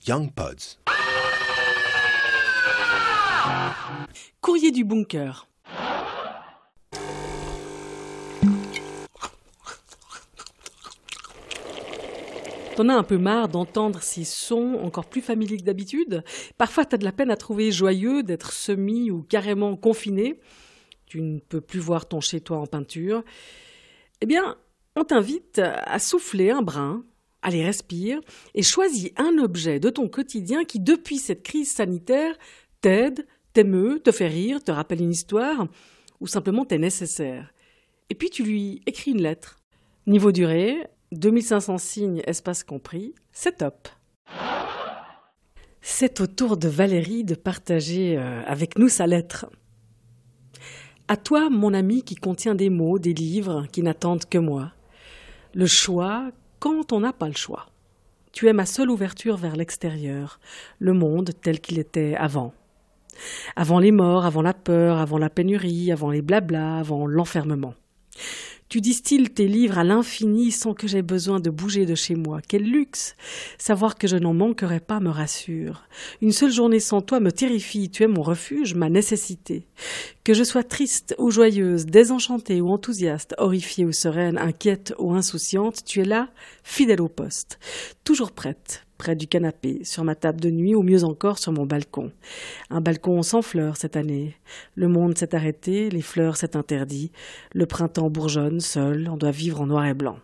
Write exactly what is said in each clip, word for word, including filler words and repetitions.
Young Pods. Courrier du bunker. T'en as un peu marre d'entendre ces sons encore plus familiers que d'habitude. Parfois, t'as de la peine à trouver joyeux d'être semi ou carrément confiné. Tu ne peux plus voir ton chez-toi en peinture. Eh bien, on t'invite à souffler un brin, allez, respire, et choisis un objet de ton quotidien qui, depuis cette crise sanitaire, t'aide, t'émeut, te fait rire, te rappelle une histoire, ou simplement t'est nécessaire. Et puis tu lui écris une lettre. Niveau durée, deux mille cinq cents signes, espace compris, c'est top. C'est au tour de Valérie de partager euh, avec nous sa lettre. À toi, mon ami qui contient des mots, des livres qui n'attendent que moi. Le choix, quand on n'a pas le choix. Tu es ma seule ouverture vers l'extérieur, le monde tel qu'il était avant. Avant les morts, avant la peur, avant la pénurie, avant les blablas, avant l'enfermement. Tu distilles tes livres à l'infini sans que j'aie besoin de bouger de chez moi. Quel luxe! Savoir que je n'en manquerai pas me rassure. Une seule journée sans toi me terrifie. Tu es mon refuge, ma nécessité. Que je sois triste ou joyeuse, désenchantée ou enthousiaste, horrifiée ou sereine, inquiète ou insouciante, tu es là, fidèle au poste. Toujours prête, près du canapé, sur ma table de nuit ou mieux encore sur mon balcon. Un balcon sans fleurs cette année. Le monde s'est arrêté, les fleurs s'est interdit. Le printemps bourgeonne, seul, on doit vivre en noir et blanc.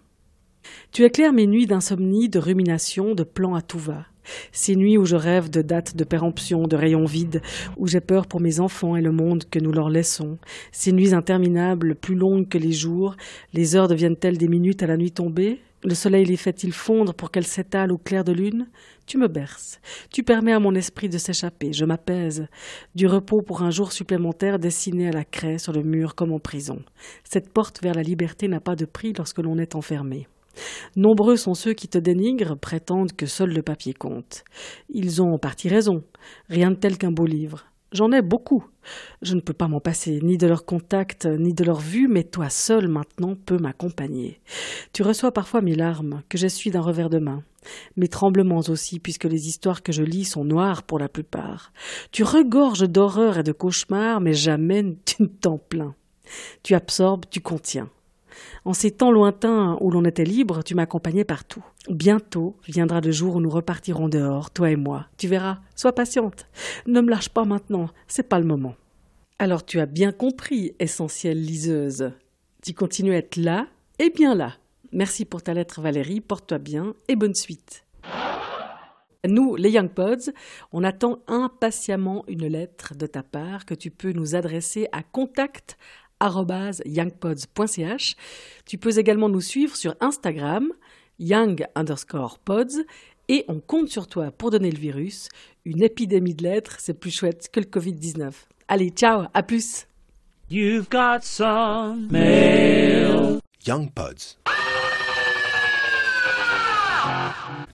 Tu éclaires mes nuits d'insomnie, de rumination, de plans à tout va. Ces nuits où je rêve de dates de péremption, de rayons vides, où j'ai peur pour mes enfants et le monde que nous leur laissons. Ces nuits interminables, plus longues que les jours, les heures deviennent-elles des minutes à la nuit tombée ? Le soleil les fait-il fondre pour qu'elles s'étalent au clair de lune ? Tu me berces. Tu permets à mon esprit de s'échapper. Je m'apaise. Du repos pour un jour supplémentaire dessiné à la craie sur le mur comme en prison. Cette porte vers la liberté n'a pas de prix lorsque l'on est enfermé. Nombreux sont ceux qui te dénigrent, prétendent que seul le papier compte. Ils ont en partie raison. Rien de tel qu'un beau livre. J'en ai beaucoup. Je ne peux pas m'en passer, ni de leur contact, ni de leur vue, mais toi seul maintenant peux m'accompagner. Tu reçois parfois mes larmes, que j'essuie d'un revers de main. Mes tremblements aussi, puisque les histoires que je lis sont noires pour la plupart. Tu regorges d'horreurs et de cauchemars, mais jamais tu ne t'en plains. Tu absorbes, tu contiens. En ces temps lointains où l'on était libre, tu m'accompagnais partout. Bientôt viendra le jour où nous repartirons dehors, toi et moi. Tu verras, sois patiente. Ne me lâche pas maintenant, c'est pas le moment. Alors tu as bien compris, essentielle liseuse. Tu continues à être là et bien là. Merci pour ta lettre Valérie, porte-toi bien et bonne suite. Nous, les Young Pods, on attend impatiemment une lettre de ta part que tu peux nous adresser à contact arobase youngpods point c h. Tu peux également nous suivre sur Instagram, young underscore pods, et on compte sur toi pour donner le virus. Une épidémie de lettres, c'est plus chouette que le covid dix-neuf. Allez, ciao, à plus. You've got some mail. Young Pods.